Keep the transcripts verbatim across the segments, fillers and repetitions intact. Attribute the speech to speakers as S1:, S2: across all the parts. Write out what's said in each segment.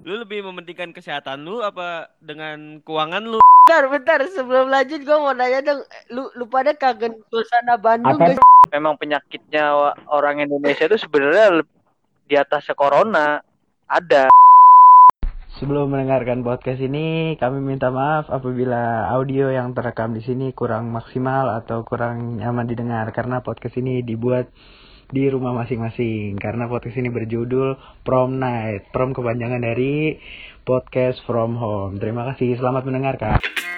S1: Lu lebih mementingkan kesehatan lu apa dengan keuangan lu?
S2: Bentar, bentar. Sebelum lanjut, gue mau nanya dong. Lu, lu pada kangen suasana Bandung
S3: Apa
S2: gak
S3: tuh? Memang penyakitnya orang Indonesia itu sebenarnya di atas corona ada.
S4: Sebelum mendengarkan podcast ini, kami minta maaf apabila audio yang terekam di sini kurang maksimal atau kurang nyaman didengar karena podcast ini dibuat di rumah masing-masing. Karena podcast ini berjudul Prom Night, prom kepanjangan dari Podcast From Home. Terima kasih, selamat mendengarkan.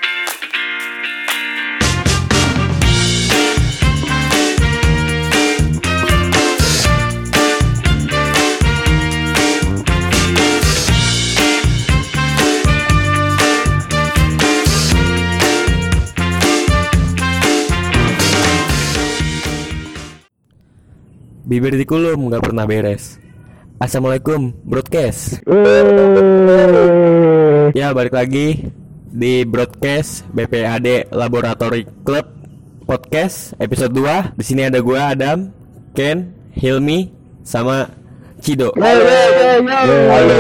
S5: Bibir dikulum gak pernah beres. Assalamualaikum broadcast. Ya balik lagi di broadcast B P A D Laboratory Club Podcast episode dua. Di sini ada gua Adam, Ken, Hilmi, sama Cido.
S3: Halo. Halo.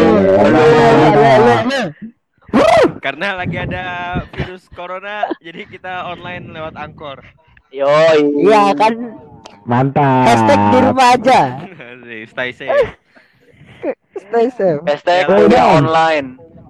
S1: Karena lagi ada virus corona, jadi kita online lewat Anchor.
S3: Yoi.
S2: Iya kan.
S4: Mantap.
S2: Hashtag di rumah aja.
S1: Stay safe.
S2: Stay safe.
S3: Hashtag
S1: Ya,
S3: kuliah online.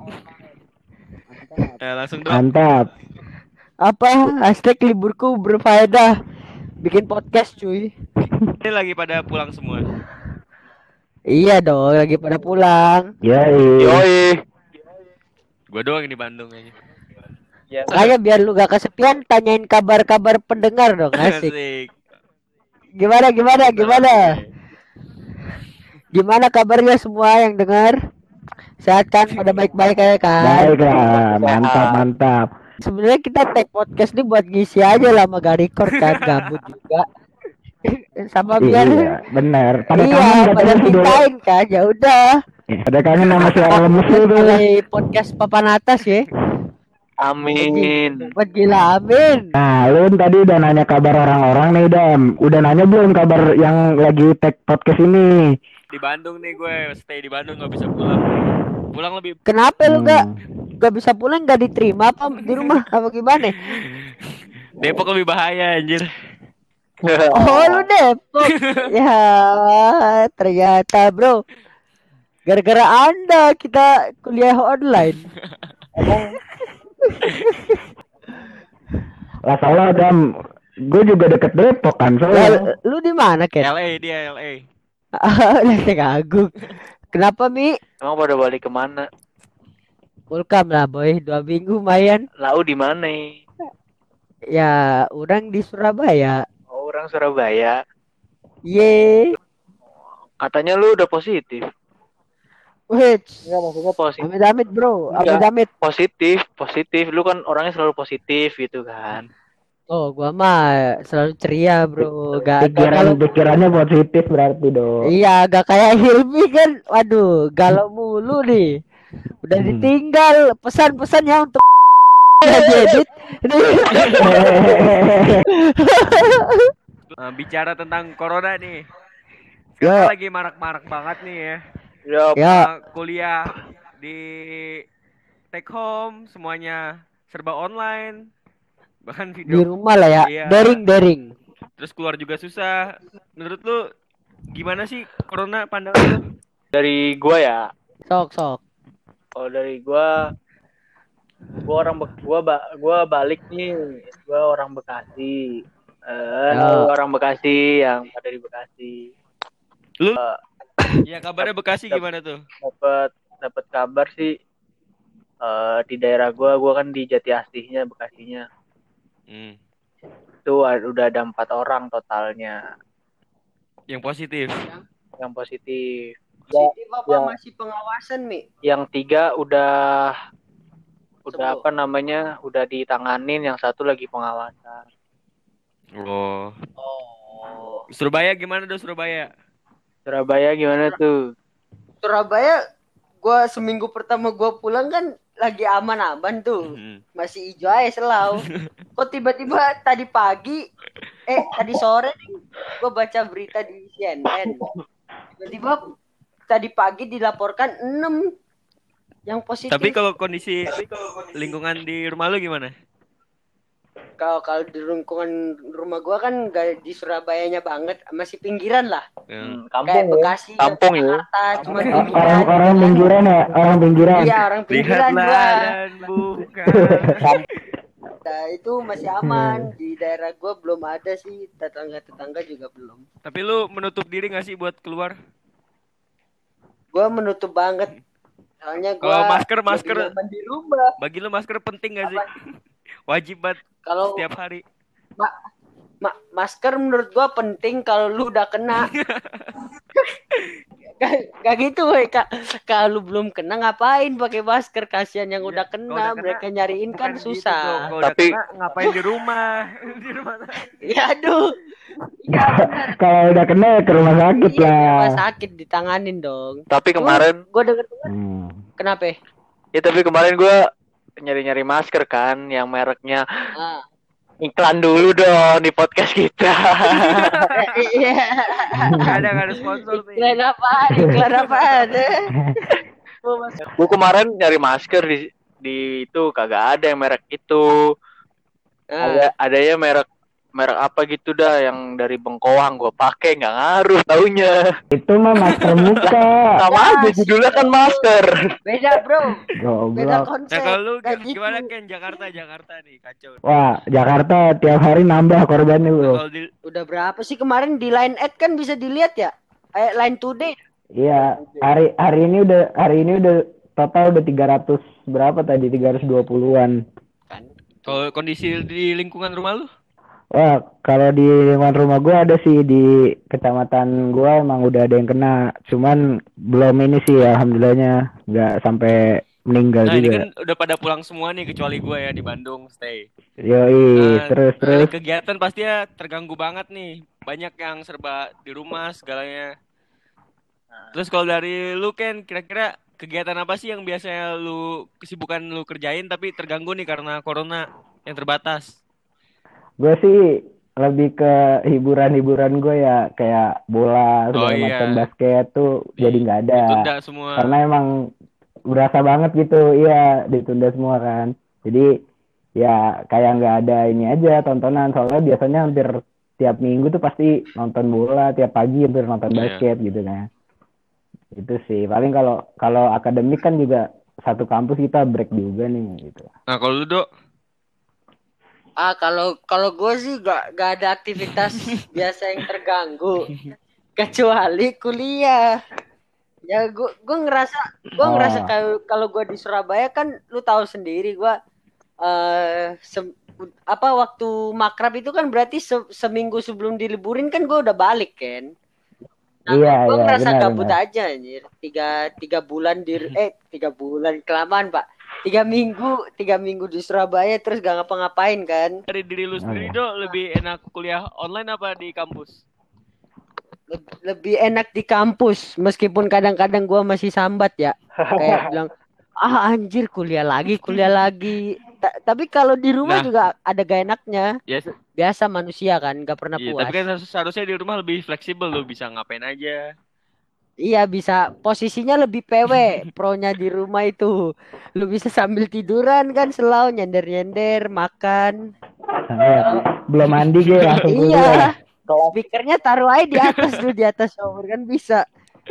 S1: Eh, langsung dong.
S4: Mantap.
S2: Apa? Hashtag liburku berfaedah. Bikin podcast cuy.
S1: Ini lagi pada pulang semua.
S2: Iya dong, lagi pada pulang.
S4: Yoi.
S3: Yoi.
S1: Gua doang yang di Bandung aja.
S3: Ya.
S2: Makanya biar lu gak kesepian, tanyain kabar-kabar pendengar dong. Asik.
S1: Asik.
S2: Gimana, gimana, gimana? Gimana kabarnya semua yang dengar? Sehat kan? Pada baik-baik ya kan?
S4: Baiklah, mantap, mantap.
S2: Sebenarnya kita take podcast ini buat ngisi aja lah, sama gak record kan, gabut juga. Sama biar
S4: Iya, bener. Pada
S2: iya,
S4: kangen
S2: pada
S4: katanya sih, Dok.
S2: mintain kan, ya udah.
S4: Pada kangen sama suara lemes lu tuh.
S2: Mulai podcast papan atas ya.
S3: Amin.
S2: Buat gila, amin.
S4: Nah, lu tadi udah nanya kabar orang-orang nih, Dam. Udah nanya belum kabar yang lagi tag podcast ini?
S1: Di Bandung nih gue, stay di Bandung gak bisa pulang. Pulang lebih.
S2: Kenapa lu gak
S4: Hmm.
S2: gak bisa pulang, gak diterima apa di rumah apa gimana?
S1: Depok lebih bahaya anjir.
S2: Oh lu Depok. Ya ternyata bro, gara-gara anda kita kuliah online.
S4: Lah salah, Dam. Gue juga deket Depok kan,
S2: Lah,
S4: soalnya.
S2: lu di mana Ken?
S1: L A dia L A.
S2: Lenteng Agung. Kenapa Mi?
S3: Emang pada balik kemana?
S2: Welcome lah boy, dua minggu mayan.
S3: Lau di mana?
S2: Ya orang di Surabaya.
S3: Oh, orang Surabaya.
S2: Ye.
S3: Katanya lu udah positif.
S2: Wait.
S3: Enggak, maksudnya positif.
S2: Amit-amit bro,
S3: Enggak.
S2: amit-amit.
S3: Positif, positif. Lu kan orangnya selalu positif gitu kan.
S2: Oh gua mah selalu ceria bro. Gak, gak
S4: Pikiran
S2: kalau
S4: pikirannya positif berarti, Dok.
S2: iya, gak kayak Hilmi kan. Waduh, galau mulu nih. Udah
S4: Hmm.
S2: ditinggal pesan-pesan ya untuk edit.
S1: Nah, bicara tentang corona nih.
S2: Ya.
S1: Sekarang lagi marak-marak banget nih ya.
S3: Ya,
S2: Ya,
S1: Nah, kuliah di take home, semuanya serba online. Bahkan
S2: di
S1: video.
S2: rumah lah ya.
S1: Iya.
S2: Daring-daring.
S1: Terus keluar juga susah. Menurut lu gimana sih corona pandangan lu?
S3: dari gua ya.
S2: Sok, sok.
S3: Kalau dari gua, gua orang Be- gua ba- gua balik nih. Gua orang Bekasi. Eh,
S2: Ya.
S3: orang Bekasi yang ada di Bekasi.
S1: Lu? Ya kabarnya Bekasi gimana tuh?
S3: Dapat dapat kabar sih eh di daerah gua, gua kan di Jati Asihnya, Bekasinya.
S1: Hmm.
S3: Itu a- udah ada empat orang totalnya
S1: Yang positif.
S3: yang positif.
S2: Positif apa
S3: ya.
S2: masih pengawasan, Mi?
S3: Yang tiga udah udah
S2: Sembuh.
S3: apa namanya? Udah ditanganin, yang satu lagi pengawasan.
S1: Oh.
S2: Oh.
S1: Surabaya gimana tuh Surabaya?
S3: Surabaya gimana tuh?
S2: Surabaya, gua seminggu pertama gua pulang kan lagi aman-aman tuh.
S1: Hmm.
S2: Masih hijau aja selalu. Kok tiba-tiba tadi pagi, eh tadi sore nih, gua baca berita di C N N. Tiba-tiba tadi pagi dilaporkan enam yang positif.
S1: Tapi kalau kondisi lingkungan di rumah lu gimana?
S2: Kalau kalau di lingkungan rumah gua kan gak di Surabayanya banget, masih pinggiran lah.
S1: Hmm.
S3: Hmm, kampung
S2: Kayak
S3: ya.
S2: Bekasi,
S3: Kampung ya.
S2: Jakarta, cuma
S4: Orang-orang pinggiran ya, orang pinggiran.
S2: Iya, orang pinggiran gua.
S1: Lihatlah dan bukan.
S2: Nah, itu masih aman. Di daerah gua belum ada sih, tetangga-tetangga juga belum.
S1: Tapi lu menutup diri nggak sih buat keluar?
S2: Gua menutup banget. Soalnya gua
S1: Kalau masker masker
S2: lebih nyaman di rumah.
S1: bagi lu masker penting gak sih? Wajib banget
S2: Kalau
S1: setiap hari.
S2: ma ma masker menurut gua penting kalau lu udah kena. Gak, gak gitu weh kak. Kalau lu belum kena ngapain pakai masker, kasihan yang udah
S1: Kalau
S2: kena,
S1: udah kena,
S2: mereka nyariin kan
S1: Bukan gitu,
S2: susah.
S1: Bro. Kalau udah
S3: Tapi-
S1: kena, ngapain di rumah? Di rumah.
S2: Ya aduh. Iya benar.
S4: Kalau udah kena ya ke rumah sakit
S2: Iya,
S4: lah.
S2: rumah sakit ditanganin dong.
S3: Tapi kemarin,
S2: Gua denger
S4: Hmm.
S2: kenapa?
S3: ya tapi kemarin gue nyari-nyari masker kan, yang mereknya
S2: Ah.
S3: iklan dulu dong di podcast kita.
S2: Iya.
S1: Gak ada gak ada sponsor nih.
S2: Iklan apaan? Iklan apaan?
S3: Gue kemarin nyari masker di di itu kagak ada yang merek itu. Ada
S2: Ah.
S3: adanya merek merek apa gitu dah yang dari Bengkoang gue pakai nggak ngaruh taunya.
S4: Itu mah masker muka.
S3: Sama aja judulnya kan masker.
S2: Beda bro, beda
S4: Goblok.
S2: konsep.
S1: Nah kalau lu
S2: Gak gitu.
S1: gimana Ken? Jakarta Jakarta nih kacau.
S4: Wah, Jakarta tiap hari nambah korbannya, Bro.
S1: Kalau di
S2: Udah berapa sih kemarin di Line Ad kan bisa dilihat ya? Eh, Line Today.
S4: Iya, hari hari ini udah hari ini udah total udah tiga ratus berapa tadi? tiga ratus dua puluhan.
S1: kalau kondisi di lingkungan rumah lu?
S4: Wah, kalau di lingkungan rumah gua ada sih di kecamatan gua emang udah ada yang kena. Cuman belum ini sih alhamdulillahnya nggak sampai meninggal
S1: Nah ini
S4: juga.
S1: kan udah pada pulang semua nih kecuali gue ya di Bandung stay.
S4: Yoi,
S1: Nah,
S4: terus terus.
S1: eh, kegiatan pastinya terganggu banget nih. Banyak yang serba di rumah segalanya. Terus kalau dari lu Ken, kira-kira kegiatan apa sih yang biasanya lu kesibukan lu kerjain tapi terganggu nih karena corona yang terbatas?
S4: Gue sih lebih ke hiburan-hiburan gue ya kayak bola segala
S1: Oh, iya.
S4: macam basket tuh jadi nggak ada.
S1: Ditunda semua.
S4: Karena emang berasa banget gitu, iya ditunda semua kan. Jadi ya kayak nggak ada ini aja tontonan. Soalnya biasanya hampir tiap minggu tuh pasti nonton bola, tiap pagi hampir nonton
S1: Iya.
S4: basket gitu kan. Itu sih paling kalau kalau akademik kan juga satu kampus kita break juga nih gitu.
S1: Nah kalau lu Dok,
S2: Ah kalau kalau gue sih gak, gak ada aktivitas biasa yang terganggu kecuali kuliah. Ya gue gue ngerasa gue
S4: Oh.
S2: ngerasa kalau kalau gue di Surabaya kan lu tahu sendiri gue eh se- apa waktu makrab itu kan berarti se- seminggu sebelum diliburin kan gue udah balik kan. Nah,
S4: Iya,
S2: gue
S4: iya,
S2: ngerasa
S4: benar,
S2: gabut
S4: benar.
S2: aja anjir. Tiga tiga bulan di eh tiga bulan kelamaan pak. Tiga minggu tiga minggu di Surabaya terus gak ngapa-ngapain kan.
S1: dari diri lu sendiri Dok lebih enak kuliah online apa di kampus?
S2: Leb- lebih enak di kampus meskipun kadang-kadang gua masih sambat ya kayak bilang ah anjir kuliah lagi kuliah lagi Ta- tapi kalau di rumah
S1: Nah.
S2: juga ada gak enaknya
S1: Ya, se-
S2: biasa manusia kan gak pernah
S1: iya,
S2: puas
S1: tapi kan harus- seharusnya di rumah lebih fleksibel lu bisa ngapain aja.
S2: iya bisa posisinya lebih P W pronya di rumah itu lu bisa sambil tiduran kan selau nyender-nyender makan
S4: Nah, belum mandi gue langsung kuliah.
S2: iya speakernya taruh aja di atas tuh di atas shower kan bisa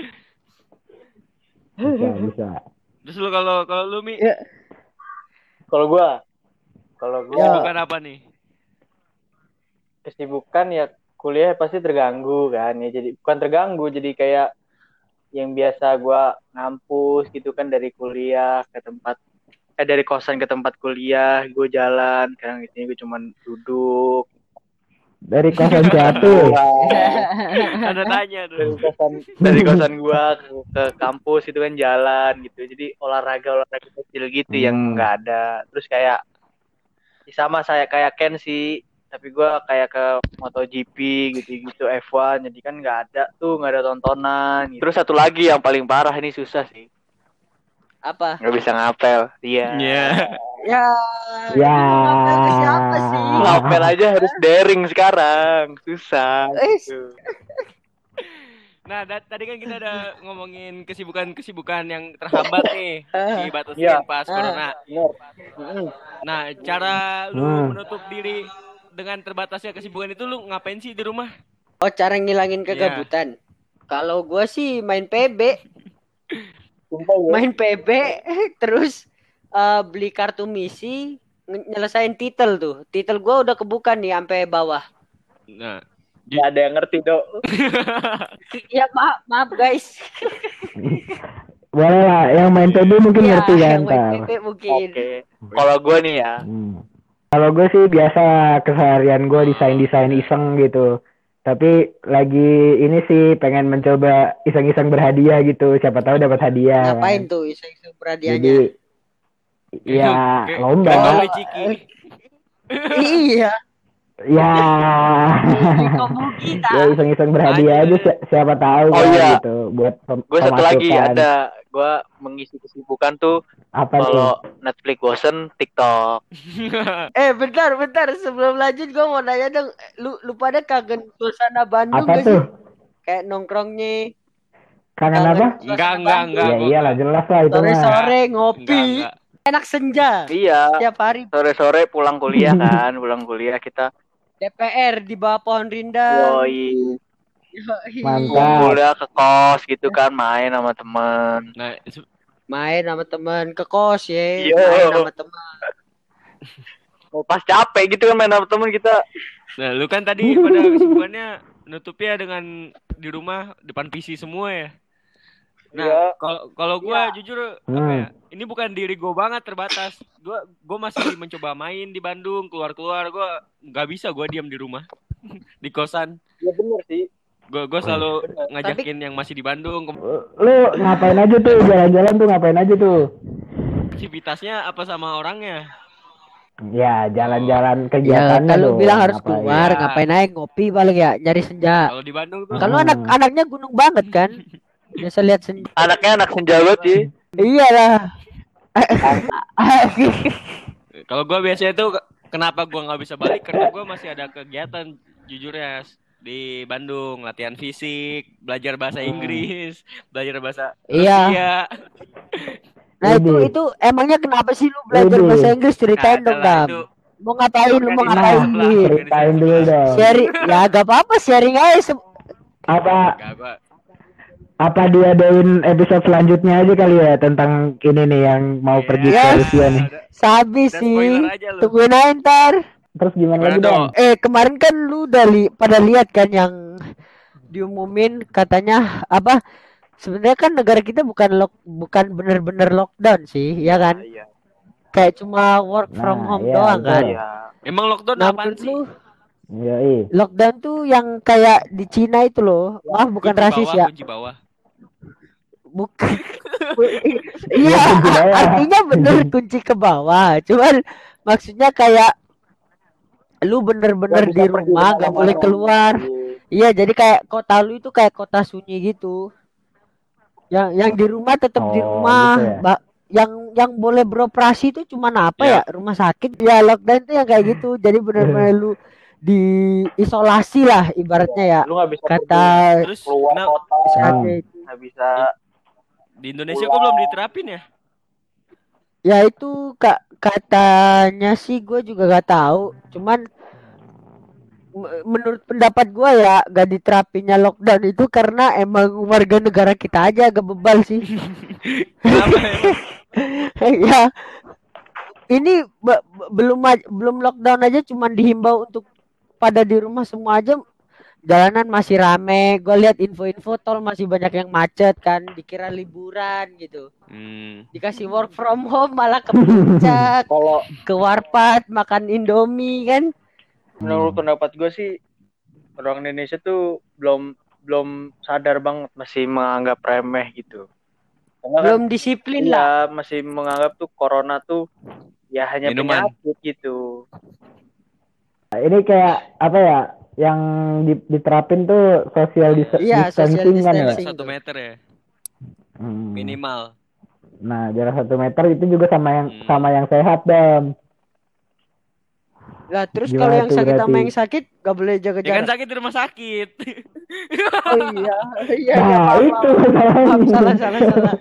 S4: Bisa, bisa.
S1: Terus lu kalau kalau lu Mi,
S2: ya,
S3: Kalau gua, kalau gua
S2: Ya.
S1: bukan apa nih?
S3: kesibukan ya kuliah pasti terganggu kan ya. Jadi bukan terganggu, jadi kayak yang biasa gua ngampus gitu kan dari kuliah ke tempat eh dari kosan ke tempat kuliah, gue jalan. Sekarang di sini gue cuman duduk.
S4: Dari kosan jatuh.
S1: Ada tanya
S3: dari
S1: tuh.
S3: kosan dari kosan gua ke, ke kampus itu kan jalan gitu, jadi olahraga olahraga kecil gitu yang
S4: Hmm.
S3: nggak ada. Terus kayak sama saya kayak Ken sih, tapi gua kayak ke MotoGP gitu gitu F satu, jadi kan nggak ada tuh, nggak ada tontonan gitu. Terus satu lagi yang paling parah ini susah sih,
S2: apa
S3: nggak bisa ngapel. Iya.
S1: Iya.
S2: ya
S4: Ya.
S2: ngapel ke siapa sih
S3: Ngapel aja harus daring sekarang, susah
S2: Eh,
S3: gitu.
S1: Nah, da- tadi kan kita udah ngomongin kesibukan-kesibukan yang terhambat nih dibatasin
S3: Iya.
S1: pas corona.
S3: Bener.
S1: Nah, cara lu
S4: Hmm.
S1: menutup diri dengan terbatasnya kesibukan itu lu ngapain sih di rumah?
S2: Oh, cara ngilangin
S1: Iya.
S2: kegabutan. Kalau gua sih main P B,
S3: Sumpah ya.
S2: main P B terus eh, beli kartu misi, nge- nyelesain titel tuh. Titel gua udah kebuka nih sampai bawah.
S1: Nah,
S3: Gak ada yang ngerti, Dok.
S2: Ya maaf, maaf guys.
S4: Boleh lah, yang main P B mungkin
S2: Iya,
S4: ngerti kan
S2: yang main
S4: ntar.
S2: P B mungkin.
S3: Oke. Kalau gue nih ya,
S4: Hmm. Kalau gue sih biasa keseharian gue desain-desain iseng gitu. Tapi lagi ini sih pengen mencoba iseng-iseng berhadiah gitu. Siapa tahu dapat hadiah.
S2: Ngapain
S4: Kan.
S2: tuh iseng-iseng
S4: Jadi
S2: berhadiahnya?
S4: ya
S1: Kayak-
S4: lomba.
S1: kayak beli ciki.
S2: Iya.
S4: Ya.
S2: Beli kombo kita.
S4: Ya iseng-iseng berhadiah
S1: Aja.
S4: aja si- siapa tahu
S3: Oh,
S4: kan,
S3: iya.
S4: gitu buat pem-
S3: gue satu lagi
S4: pemasukan.
S3: ada. Gue mengisi kesibukan tuh
S4: Apa tuh?
S3: kalau Netflix bosen, TikTok.
S2: Eh bentar bentar sebelum lanjut gue mau nanya dong, lu lu pada kangen suasana Bandung
S4: Apa
S2: gak
S4: tuh?
S2: sih? Kayak nongkrongnya.
S4: Kangen
S2: Kangen
S4: apa?
S2: suasana
S1: Enggak, enggak,
S2: Bandung.
S1: enggak.
S4: Ya
S1: gua
S4: iyalah
S1: enggak.
S4: jelas lah itu mah.
S2: Sore-sore
S1: Enggak,
S2: ngopi,
S1: enggak.
S2: enak senja.
S3: Iya.
S2: Tiap hari
S3: Sore-sore pulang kuliah kan, pulang kuliah kita
S2: D P R di bawah pohon rindang.
S3: yoi
S2: Yoi.
S4: Mantap.
S3: kumpul ya ke kos gitu kan, main sama temen.
S1: Nah, se-
S2: Main sama teman ke kos ya,
S3: Iya.
S2: main sama teman.
S3: Mau pas capek gitu kan main sama temen kita.
S1: nah, lu kan tadi pada kesibukannya nutupnya dengan di rumah depan P C semua ya. Nah,
S3: Iya.
S1: kalau kalau gua jujur apa
S4: Hmm.
S1: ya? Ini bukan diri gua banget terbatas. Gua gua masih mencoba main di Bandung, keluar-keluar. Gua nggak bisa gua diam di rumah. Di kosan.
S3: Ya bener sih.
S1: Gua gua selalu ngajakin yang masih di Bandung ke
S4: Lu ngapain aja tuh jalan-jalan tuh ngapain aja tuh?
S1: aktivitasnya apa sama orangnya.
S4: Ya jalan-jalan
S2: Ya
S4: kegiatannya
S2: kalau
S4: dong,
S2: bilang harus
S4: ngapain.
S2: keluar,
S1: Ya.
S2: ngapain aja ngopi paling ya, nyari senja.
S1: Kalau di Bandung tuh
S2: Kalau
S4: Hmm.
S2: anak-anaknya gunung banget kan, biasa lihat senja.
S3: Anaknya anak senja banget sih.
S2: Iya lah.
S1: kalau gua biasanya tuh ke- kenapa gua nggak bisa balik karena gua masih ada kegiatan jujur ya di Bandung, latihan fisik, belajar bahasa Inggris, belajar bahasa
S2: Iya.
S1: Rusia.
S2: Nah itu
S4: Widih.
S2: itu emangnya kenapa sih lu belajar
S4: Widih.
S2: bahasa Inggris, ceritain
S1: Nah,
S2: dong
S1: adalah
S2: Dam.
S1: itu.
S2: Mau ngapain lu mau
S1: Organisasi
S2: ngapain
S1: sebelah.
S2: nih?
S4: Ceritain dulu dong.
S2: Sharing ya gak apa-apa, sharing aja. se-
S4: Apa
S1: Enggak, gua
S4: apa diadain episode selanjutnya aja kali ya tentang ini nih yang mau
S1: Iya.
S4: pergi ke
S2: Yes.
S4: Rusia nih.
S1: Ada-
S2: Sabi
S1: ada
S2: sih.
S1: spoiler aja lu.
S2: Tungguin aja ntar.
S4: Terus gimana
S1: Gimana
S4: lagi
S1: tuh?
S4: dong?
S2: Eh kemarin kan lu udah li pada lihat kan yang diumumin katanya apa? Sebenarnya kan negara kita bukan lock, bukan bener-bener lockdown sih, ya kan?
S3: Iya.
S2: Kayak cuma work from
S4: Nah,
S2: home
S4: iya,
S2: doang
S4: betul.
S2: kan.
S3: Iya.
S1: Emang lockdown
S2: Nah,
S1: apaan
S2: menurut
S1: sih?
S2: lu
S4: Yoi.
S2: lockdown tuh yang kayak di Cina itu loh. Maaf bukan
S1: Kunci
S2: rasis
S1: bawah,
S2: ya.
S1: kunci bawah.
S2: Bukan. Iya,
S4: Ya, kunci bawah.
S2: artinya bener kunci ke bawah. Cuman maksudnya kayak lu bener-bener
S3: Nggak
S2: di
S3: bisa pergi
S2: rumah, gak
S3: kemana-mana.
S2: boleh keluar. Iya, jadi kayak kota lu itu kayak kota sunyi gitu. Yang yang di rumah tetap di
S4: Oh,
S2: rumah.
S4: gitu ya?
S2: Ba- yang yang boleh beroperasi itu cuman apa
S1: Ya.
S2: ya? Rumah sakit. Ya lockdown tuh yang kayak gitu. Jadi bener-bener lu diisolasi lah ibaratnya ya.
S3: Lu nggak bisa pergi
S2: Kata
S1: Terus
S3: keluar
S1: kenapa
S3: kota,
S2: misalnya itu.
S3: nggak bisa.
S1: di Indonesia kok belum diterapin ya?
S2: Ya itu kak katanya sih gue juga gak tahu. Cuman m- menurut pendapat gue ya gak diterapinnya lockdown itu karena emang warga negara kita aja agak bebal sih.
S1: Kenapa emang?
S2: Ya ini be- be- belum aj- belum lockdown aja cuman dihimbau untuk pada di rumah semua aja. Jalanan masih rame, gue lihat info-info tol masih banyak yang macet kan, dikira liburan gitu.
S1: Hmm.
S2: Dikasih work from home malah ke puncak,
S3: Kalau
S2: ke warpat makan Indomie kan.
S3: menurut pendapat gue sih orang Indonesia tuh belum belum sadar banget, masih menganggap remeh gitu. Karena kan,
S2: Belum disiplin lah.
S3: iya, masih menganggap tuh corona tuh ya hanya
S1: Minuman.
S3: penyakit gitu.
S4: Ini kayak apa ya? Yang di- diterapin tuh social dis-
S2: Iya, social
S4: distancing kan ya?
S2: distancing.
S1: Satu meter ya
S4: Hmm.
S1: minimal.
S4: Nah, jarak satu meter itu juga sama yang
S1: Hmm.
S4: sama yang sehat, Dam.
S2: Lah terus
S4: Gimana
S2: kalau yang
S4: tuh
S2: sakit sama
S4: berarti?
S2: yang sakit gak boleh jaga
S1: Ya kan
S2: jarak.
S1: sakit di rumah sakit.
S2: Oh iya, iya, iya,
S4: Nah,
S2: maaf,
S4: itu
S2: maaf, maaf,
S4: masalahnya.
S2: salah, salah, salah.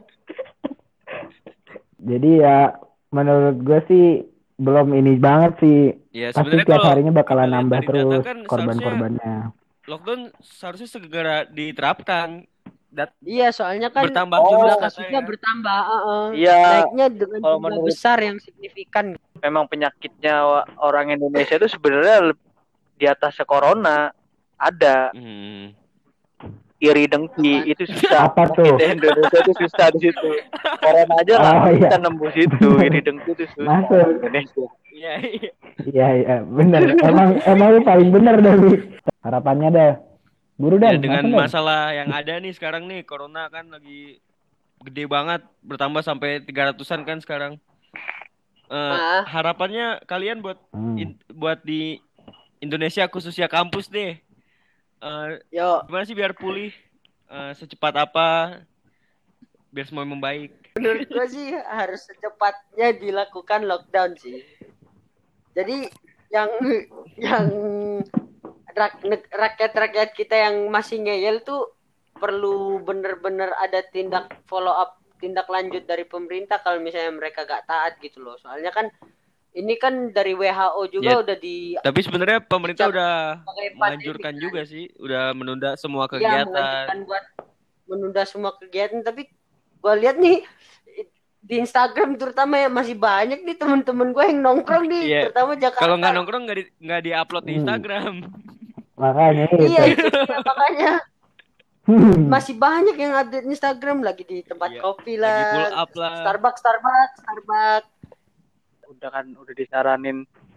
S4: Jadi ya menurut gue sih belum ini banget sih.
S1: Ya
S4: Pasti
S1: sebenarnya
S4: tiap
S1: kalau
S4: harinya
S1: kita
S4: bakalan
S1: lihat
S4: nambah
S1: dari data
S4: terus
S1: kan seharusnya
S4: korban-korbannya.
S1: lockdown seharusnya segera diterapkan. Dat-
S2: Iya, soalnya kan
S1: bertambah
S3: Oh,
S1: jumlah
S2: kasusnya
S1: katanya.
S2: bertambah, uh-uh.
S3: Iya,
S2: naiknya dengan
S3: kalau
S2: jumlah
S3: menurut-
S2: besar yang signifikan.
S3: memang penyakitnya wa- orang Indonesia itu sebenarnya leb- di atas corona ada
S1: Hmm.
S3: iri dengki,
S2: Apaan?
S3: itu susah.
S4: Apa tuh?
S3: Kita Indonesia itu susah di situ. Corona aja
S4: Oh,
S3: nggak
S4: iya.
S3: bisa nembus itu, iri dengki itu susah
S4: Masuk.
S3: di Indonesia.
S1: Iya, iya.
S4: Iya iya bener. Emang emang lu paling bener dari harapannya dah. Buru
S1: Ya,
S4: dan
S1: dengan masalah yang ada nih sekarang nih, corona kan lagi gede banget, bertambah sampai tiga ratusan kan sekarang. Eh,
S2: Ah.
S1: harapannya kalian buat
S4: Hmm.
S1: in- buat di Indonesia khususnya kampus deh. Eh,
S2: Yo,
S1: gimana sih biar pulih Eh, secepat apa biar semua membaik?
S2: menurut gua sih harus secepatnya dilakukan lockdown sih. Jadi yang yang rak- ne- rakyat-rakyat kita yang masih ngeyel tuh perlu bener-bener ada tindak follow up, tindak lanjut dari pemerintah kalau misalnya mereka gak taat gitu loh. Soalnya kan ini kan dari W H O juga
S1: Ya,
S2: udah di
S1: Tapi sebenarnya pemerintah
S2: Sejak
S1: udah
S2: pakai pandemi
S1: menganjurkan
S2: kan.
S1: juga sih, udah menunda semua
S2: Iya,
S1: kegiatan.
S2: mengajukan buat menunda semua kegiatan, tapi gua lihat nih di Instagram terutama ya masih banyak nih temen-temen gue yang nongkrong nih,
S1: Iya.
S2: terutama Jakarta.
S1: Kalau nggak nongkrong nggak di nggak diupload di
S4: Hmm.
S1: Instagram.
S4: Makanya itu.
S2: Iya itu dia, makanya masih banyak yang update Instagram lagi di tempat
S1: Iya,
S2: kopi
S1: lagi
S2: lah,
S1: pull up lah.
S2: Starbucks, Starbucks, Starbucks.
S3: Udah kan udah disaranin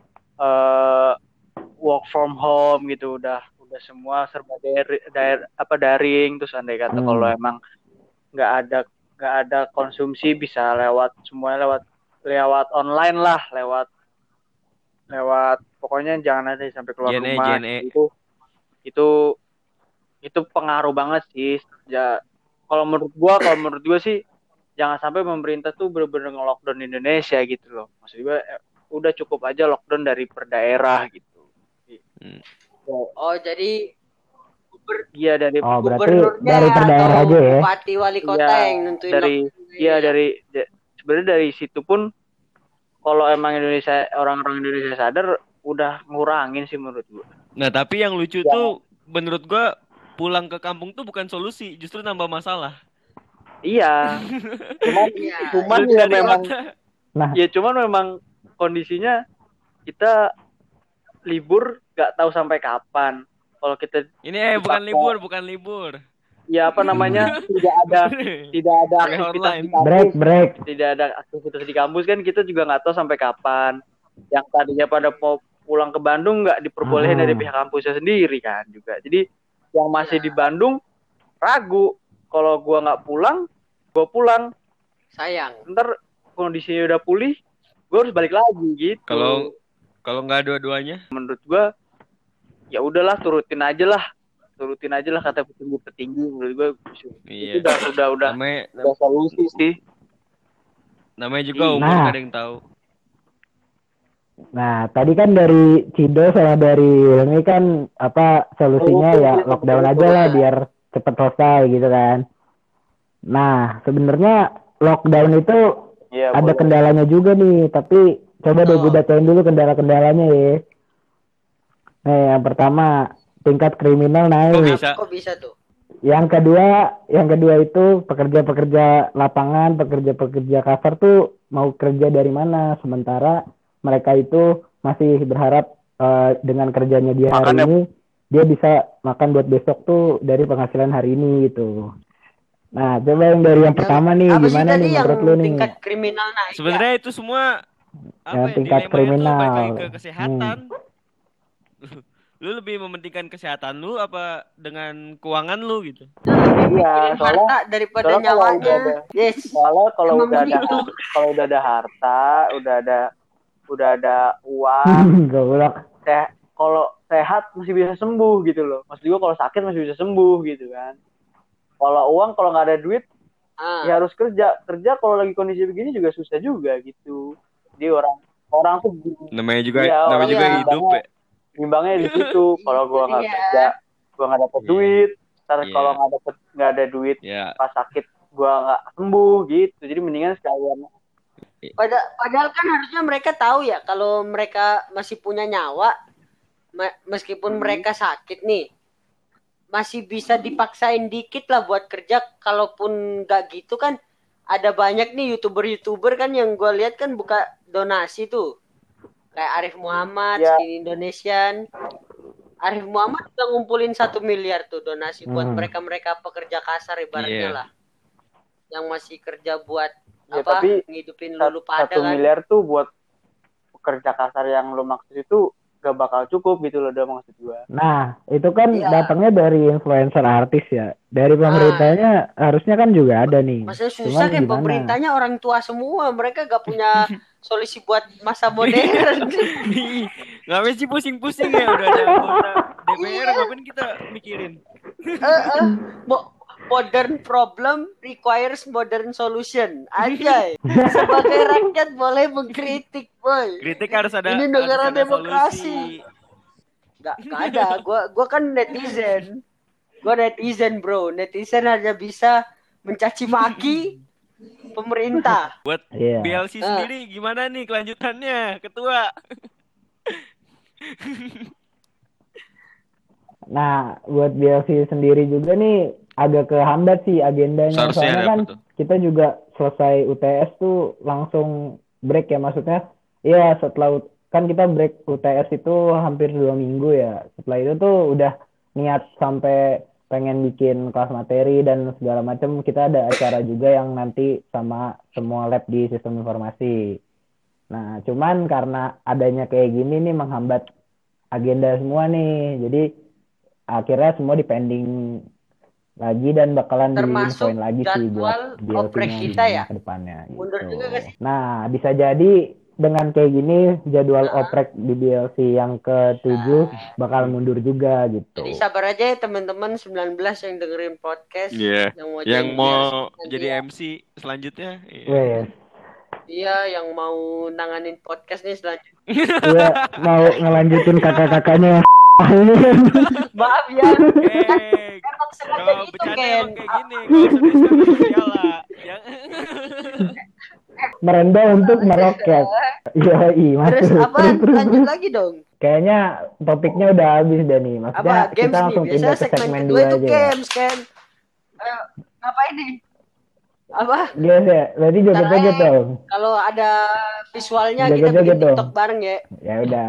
S3: eh work from home gitu, udah udah semua serba dari, dari apa daring, terus andai kata
S4: Hmm.
S3: kalau emang nggak ada nggak ada konsumsi bisa lewat semuanya lewat lewat online lah, lewat lewat pokoknya jangan ada sampai keluar
S1: J N E,
S3: rumah.
S1: J N E.
S3: Itu itu itu pengaruh banget sih. Ya kalau menurut gua kalau menurut gua sih jangan sampai pemerintah tuh bener-bener nge-lockdown Indonesia gitu loh. Maksud gua eh, udah cukup aja lockdown dari per daerah gitu.
S1: Hmm.
S2: Oh jadi guber-
S3: Iya dari
S4: Oh berarti
S2: gubernurnya
S4: dari per daerah
S2: atau
S4: aja ya.
S2: bupati wali kota
S3: Iya,
S2: yang nentuin
S3: dari
S2: lockdown.
S3: iya dari de- sebenarnya dari situ pun kalau emang Indonesia orang-orang Indonesia sadar udah ngurangin sih menurut gua.
S1: Nah, tapi yang lucu
S3: Ya.
S1: tuh menurut gua pulang ke kampung tuh bukan solusi, justru nambah masalah.
S3: Iya. Cuman
S2: Iya,
S3: cuman
S1: Lu
S3: ya
S1: dari
S3: memang
S1: kota.
S4: Nah
S3: ya cuman memang kondisinya kita libur nggak tahu sampai kapan. Kalau kita
S1: Ini eh bukan
S3: Dipaksa.
S1: libur, bukan libur.
S3: ya apa namanya tidak ada tidak ada
S1: Kuliah
S3: aktivitas
S1: online.
S3: di kampus,
S4: break break.
S3: tidak ada aktivitas di kampus kan kita juga nggak tahu sampai kapan. Yang tadinya pada mau pulang ke Bandung nggak diperbolehin
S4: Hmm.
S3: dari pihak kampusnya sendiri kan juga. Jadi yang masih di Bandung ragu kalau gua nggak pulang, gua pulang
S2: Sayang.
S3: ntar kondisinya udah pulih, gua harus balik lagi gitu.
S1: Kalau kalau nggak dua-duanya,
S3: menurut gua ya udahlah turutin aja lah turutin aja lah kata petinggi-petinggi menurut gua
S1: iya.
S3: itu udah udah udah
S1: Namanya
S3: udah solusi sih.
S1: namanya juga umur
S4: Nah.
S1: nggak ada yang tahu.
S4: Nah tadi kan dari Cido sama dari ini kan apa solusinya
S3: Oh,
S4: ya
S3: iya,
S4: lockdown
S3: betul,
S4: aja
S3: betul.
S4: lah biar cepet selesai gitu kan. Nah sebenarnya lockdown itu
S3: Iya,
S4: ada
S3: boleh.
S4: kendalanya juga nih, tapi coba deh
S2: Oh.
S4: gue bacain dulu kendala-kendalanya ya. Nih yang pertama tingkat kriminal
S1: Kok
S4: naik.
S1: bisa?
S2: Kok bisa tuh?
S4: Yang kedua, yang kedua itu pekerja-pekerja lapangan, pekerja-pekerja kasar tuh mau kerja dari mana? Sementara mereka itu masih berharap eh, dengan kerjanya dia hari
S3: Makan ya.
S4: ini dia bisa makan buat besok tuh dari penghasilan hari ini gitu. Nah, coba yang dari yang pertama nih,
S2: Apa sih
S4: gimana
S2: tadi
S4: nih
S2: yang
S4: menurut lu nih?
S2: tingkat kriminal naik?
S1: Sebenarnya itu semua apa
S4: Yang
S1: ya,
S4: tingkat
S1: dilemanya
S4: kriminal.
S1: tuh balik lagi ke kesehatan. Lu lebih mementingkan kesehatan lu apa dengan keuangan lu gitu?
S3: Iya,
S2: Ya,
S3: soalnya
S2: harta daripada
S3: soalnya kalau
S2: nyawanya.
S3: udah ada-
S2: Yes.
S3: soalnya kalau
S2: Emang
S3: udah ada
S2: begitu.
S3: kalau udah ada harta, udah ada udah ada uang,
S4: Goblok.
S3: seh- kalau sehat masih bisa sembuh gitu loh. Maksud gua kalau sakit masih bisa sembuh gitu kan. Kalau uang kalau nggak ada duit
S2: Ah.
S3: ya harus kerja. Kerja kalau lagi kondisi begini juga susah juga gitu. Jadi orang orang tuh
S1: Namanya juga
S3: Iya,
S1: namanya
S3: orang
S1: juga
S2: iya.
S1: hidup ya.
S3: nimbangnya di situ. Kalau gua nggak
S2: Iya.
S3: kerja, gua nggak dapat
S1: Iya.
S3: duit, Ntar
S1: Iya.
S3: kalau nggak dapet nggak ada duit
S1: Ya.
S3: pas sakit gue nggak sembuh gitu. Jadi mendingan sekalian.
S2: Pada, padahal kan harusnya mereka tahu ya kalau mereka masih punya nyawa, me- meskipun
S3: Hmm.
S2: mereka sakit nih, masih bisa dipaksain dikit lah buat kerja. Kalaupun nggak gitu kan, ada banyak nih youtuber-youtuber kan yang gue lihat kan buka donasi tuh, kayak Arif Muhammad,
S3: Ya.
S2: Skin Indonesian. Arif Muhammad udah ngumpulin satu miliar tuh donasi buat
S4: Hmm.
S2: mereka-mereka pekerja kasar ibaratnya
S1: Iya.
S2: lah, yang masih kerja buat
S3: Ya,
S2: apa
S3: tapi
S2: ngidupin
S3: Sat-
S2: lulu pada
S3: Satu
S2: kan.
S3: miliar tuh buat pekerja kasar yang lo maksud itu gak bakal cukup gitu loh, udah maksud gue.
S4: Nah, itu kan
S2: Iya.
S4: datangnya dari influencer artis ya. Dari pemerintahnya harusnya kan juga ada nih.
S2: Maksudnya susah
S4: Cuman
S2: kayak
S4: gimana?
S2: pemerintahnya orang tua semua, mereka gak punya solusi buat masa modern.
S1: Ngapain sih pusing-pusing ya udah ada anggota D P R, ngapain kita mikirin?
S2: Eh, eh, mo- modern problem requires modern solution. Anjay. Sebagai rakyat boleh mengkritik, boy.
S1: Kritik harus ada.
S2: Ini negara
S1: harus ada
S2: demokrasi.
S1: solusi.
S2: Gak, gak ada. Gua gua kan netizen. Gua netizen, bro. Netizen hanya bisa mencaci maki pemerintah.
S1: Buat
S4: Iya.
S1: B L C
S2: Eh.
S1: sendiri gimana nih kelanjutannya, ketua?
S4: Nah, buat B L C sendiri juga nih agak kehambat sih agendanya.
S1: Seharusnya
S4: Soalnya
S1: ada
S4: kan
S1: apa tuh?
S4: kita juga selesai U T S tuh langsung break ya, maksudnya. Iya, setelah U- kan kita break U T S itu hampir dua minggu ya. Setelah itu tuh udah niat sampai pengen bikin kelas materi dan segala macam. Kita ada acara juga yang nanti sama semua lab di sistem informasi. Nah, cuman karena adanya kayak gini nih menghambat agenda semua nih. Jadi akhirnya semua dipending lagi dan bakalan
S2: Termasuk
S4: diinfoin lagi sih buat
S2: jadwal oprek
S4: B L C-nya
S2: kita ya?
S4: ke depannya
S2: Mundur
S4: gitu.
S2: juga gak sih?
S4: Nah, bisa jadi dengan kayak gini jadwal
S2: Nah.
S4: oprek di B L C yang ketujuh bakal mundur juga gitu.
S2: Jadi sabar aja ya teman-teman sembilan belas yang dengerin podcast.
S1: Iya.
S2: Yang mau
S1: Yang
S2: jadi
S1: mau
S2: B L C nanti
S1: jadi
S2: ya.
S1: M C selanjutnya. Iya.
S4: Wes,
S2: Iya, yang mau nanganin podcast nih selanjutnya.
S4: gue mau ngelanjutin kakak-kakaknya.
S2: Maaf ya.
S1: Eh,
S2: Emang sengaja
S1: kalau
S2: gitu,
S1: bercanda
S2: Ken.
S1: emang kayak gini, kalau serius kan harus nyala. Yang
S4: Merendah untuk meroket. Yoi,
S2: Terus
S4: masuk.
S2: apa? Lanjut lagi dong.
S4: Kayaknya topiknya udah habis deh nih. Maksudnya
S2: Apa?
S4: kita
S2: Games nih.
S4: langsung
S2: Biasanya
S4: pindah ke
S2: segmen
S4: segmen
S2: kedua
S4: dua
S2: itu
S4: aja.
S2: games, Ken. Ayo, ngapain nih? Apa?
S4: Guys ya, berarti joget-joget
S2: Ntar, eh,
S4: dong.
S2: Kalau ada visualnya kita
S4: Joget-joget
S2: bikin
S4: dong.
S2: TikTok bareng ya.
S4: Ya udah.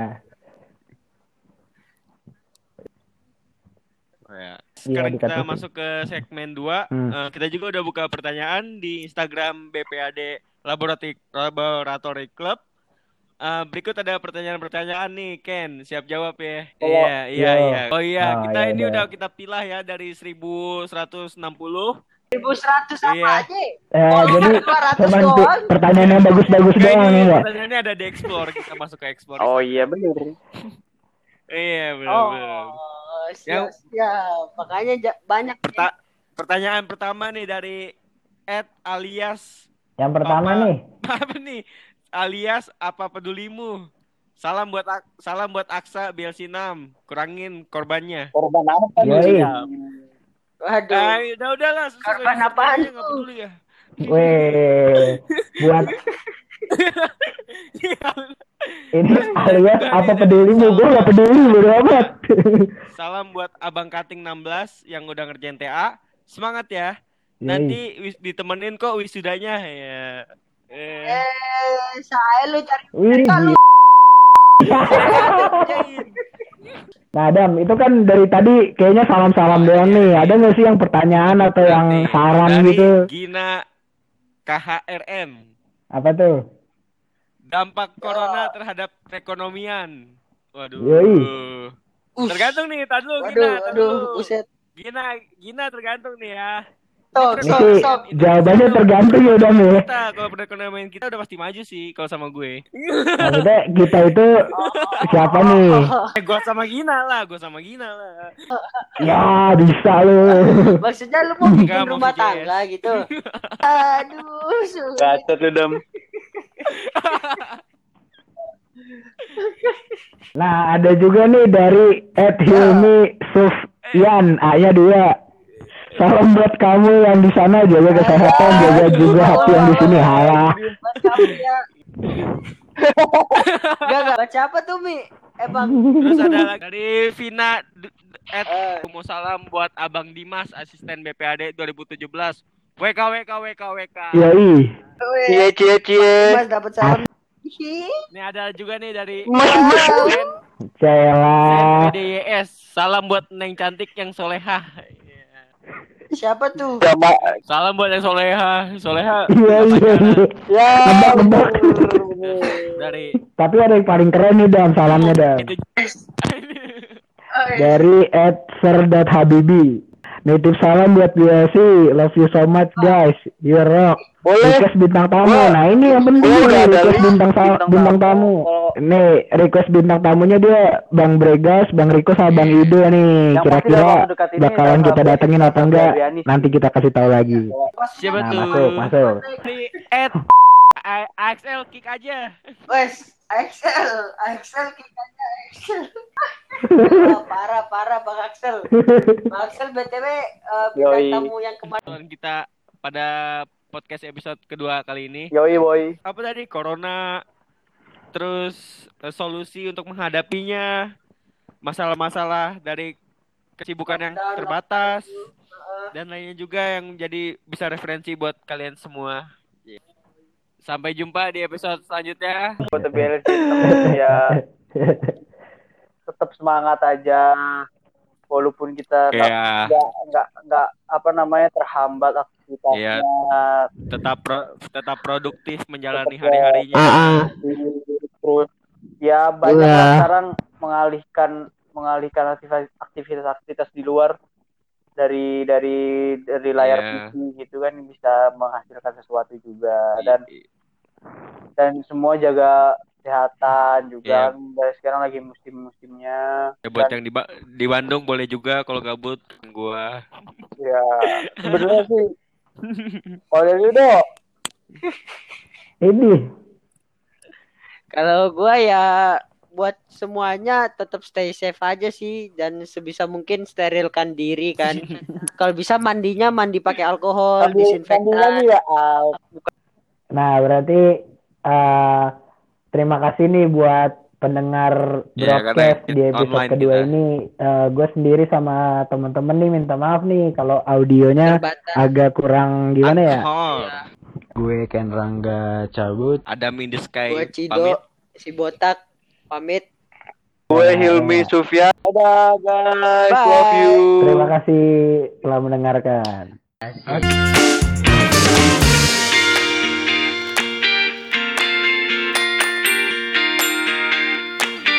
S1: Oh, ya.
S4: Iya,
S1: Sekarang kita
S4: dikatakan.
S1: masuk ke segmen dua.
S4: Hmm.
S1: Eh, kita juga udah buka pertanyaan di Instagram B P A D Laboratory, Laboratory Club. Eh, berikut ada pertanyaan-pertanyaan nih, Ken. Siap jawab ya.
S3: Oh,
S1: Iya, iya,
S4: yo.
S1: iya. Oh iya,
S4: Oh,
S1: kita
S4: ya
S1: ini
S4: udah.
S1: udah kita pilah ya dari seribu seratus enam puluh.
S2: seribu seratus apa
S1: Iya.
S2: aja?
S4: Eh,
S2: Oh,
S4: jadi
S2: dua ratus
S4: cuman
S2: doang.
S4: pi- pertanyaan yang bagus-bagus
S1: Enggak,
S4: doang
S1: ini
S4: ya.
S1: pertanyaannya ada di explore. Kita masuk ke explore.
S3: Oh iya bener.
S1: Iya, benar,
S2: Oh,
S1: benar.
S2: siap, siap. Makanya ja- banyak.
S1: Perta- pertanyaan pertama nih dari Ed alias
S4: Yang pertama
S1: Apa?
S4: nih,
S1: apa nih? Alias apa pedulimu? Salam buat Ak- salam buat Aksa B L C enam. Kurangin korbannya.
S3: Korban apa
S4: Yoi.
S3: nih?
S2: Waduh.
S1: Ah, udah udahlah. sesuai
S2: Korban
S1: sesuai
S2: apaan
S1: aja, nggak
S2: tuh?
S1: peduli ya.
S4: weh, buat ini alias apa pedulimu, gue gak peduli bodo amat.
S1: Salam buat Abang Kating enam belas yang udah ngerjain T A. Semangat ya.
S4: Yoi.
S1: Nanti wis- ditemenin kok wisudanya ya. Eh,
S2: Eh, saya lu cari
S4: Wih,
S2: kalau
S1: kerjain.
S4: Nah Adam, itu kan dari tadi kayaknya salam-salam doang nih. Ada nggak sih yang pertanyaan atau yang
S1: Nanti
S4: saran
S1: dari
S4: gitu?
S1: Gina K H R M.
S4: Apa tuh?
S1: Dampak corona terhadap perekonomian. Waduh.
S4: Yoi.
S1: Tergantung nih, tar dulu
S2: Waduh,
S1: Gina, tar
S2: waduh,
S1: dulu.
S2: buset.
S1: Gina, Gina tergantung nih ya.
S2: Sok,
S4: Ini
S2: sok,
S4: sih
S2: sok.
S4: jawabannya tergantung ya Adam ya.
S1: Kita kalau perekonomian kita udah pasti maju sih kalau sama gue.
S4: Maksudnya kita itu siapa nih?
S1: Eh, gua sama Gina lah, gua sama Gina lah.
S4: Ya bisa lu.
S2: Maksudnya lu mau bikin
S1: Enggak, mau
S2: rumah
S1: V J S.
S2: tangga gitu. Aduh, sulit.
S3: Gacet lu Dam.
S4: Nah ada juga nih dari Ed Hilmi Sufyan, A-nya dua. Salam buat kamu yang di sana, jaga kesehatan, jaga juga hati yang di sini. Halah.
S2: Gak gak baca apa tuh Mi? Emang
S1: Terus ada lagi dari Vina d- d- at mau salam buat Abang Dimas asisten B P A D dua ribu tujuh belas. W K W K W K W K.
S4: Yoi.
S3: Cie cie cie.
S2: Mas dapat salam.
S1: Ini ada juga nih dari
S4: Cela.
S1: D Y S. Salam buat Neng cantik yang solehah.
S2: Siapa tuh?
S3: Sama
S1: Salam buat yang soleha, soleha.
S4: Iya iya.
S3: ya.
S4: Nebak-nebak.
S1: Dari
S4: Tapi ada yang paling keren nih Dam, salamnya Dam.
S1: itu.
S4: Dari at sir.habibi. Nitip salam buat B S I. Love you so much guys. You rock.
S3: Boleh.
S4: Request bintang tamu.
S3: Boleh.
S4: Nah ini yang penting
S3: Boleh,
S4: nih.
S3: ada
S4: Request
S3: link
S4: bintang, sa-
S3: bintang
S4: bintang
S3: tamu.
S4: tamu. Nih request bintang tamunya dia Bang Bregas, Bang Riko sama Bang Ide nih.
S3: Yang pasti
S4: Kira-kira
S3: dalam waktu dekat ini
S4: bakalan
S3: bakal
S4: kita
S3: ada
S4: datengin atau enggak?
S3: Adriani sih.
S4: Nanti kita kasih tahu lagi.
S1: Siapa
S4: Nah
S1: tuh?
S4: masuk masuk.
S1: Di at A X L kick aja.
S2: Wes, Axel, Axel kita Axel. Oh, parah parah Bang Axel. Bang Axel B T W uh, bintang
S3: Yoi.
S2: tamu yang kemarin.
S1: Teman kita pada podcast episode kedua kali ini.
S3: Yoi boy.
S1: Apa tadi? Corona. Terus eh, solusi untuk menghadapinya. Masalah-masalah dari kesibukan yang terbatas dan lainnya juga yang jadi bisa referensi buat kalian semua. Sampai jumpa di episode selanjutnya.
S3: Buat B L C temen ya tetap semangat aja walaupun kita nggak
S1: Kayak
S3: nggak nggak nggak apa namanya terhambat aktivitasnya.
S1: Iya. tetap pro- tetap produktif menjalani
S3: Tetap,
S1: hari-harinya.
S3: Terus ya banyak
S4: Iya.
S3: lah sekarang mengalihkan mengalihkan aktivitas aktivitas di luar dari dari dari layar
S1: Iya.
S3: T V gitu kan bisa menghasilkan sesuatu juga dan dan semua jaga kesehatan juga
S1: Iya.
S3: kan. Dari sekarang lagi musim-musimnya
S1: Ya, buat
S3: dan
S1: yang di, Ba- di Bandung boleh juga kalau gabut gua.
S3: ya sebenarnya sih kalau dari itu
S4: Ini
S2: Kalau gua ya buat semuanya tetap stay safe aja sih dan sebisa mungkin sterilkan diri kan. Kalau bisa mandinya mandi pakai alkohol,
S3: sambil sambil
S2: disinfektan.
S3: lagi ya Al.
S4: nah berarti eh, terima kasih nih buat pendengar
S1: Iya,
S4: broadcast
S1: karena
S4: di episode
S1: online
S4: kedua
S1: kita.
S4: ini. Gue sendiri sama teman-teman nih minta maaf nih kalau audionya
S2: Terbatas.
S4: agak kurang gimana ya.
S1: Alkohol.
S4: Gue Ken Rangga cabut.
S1: Ada in the sky.
S2: Gua Cido,
S1: Pamit.
S2: si Botak pamit.
S3: Gue Hilmi Sufyan. Dadah guys,
S2: Bye.
S3: love you.
S4: Terima kasih telah mendengarkan.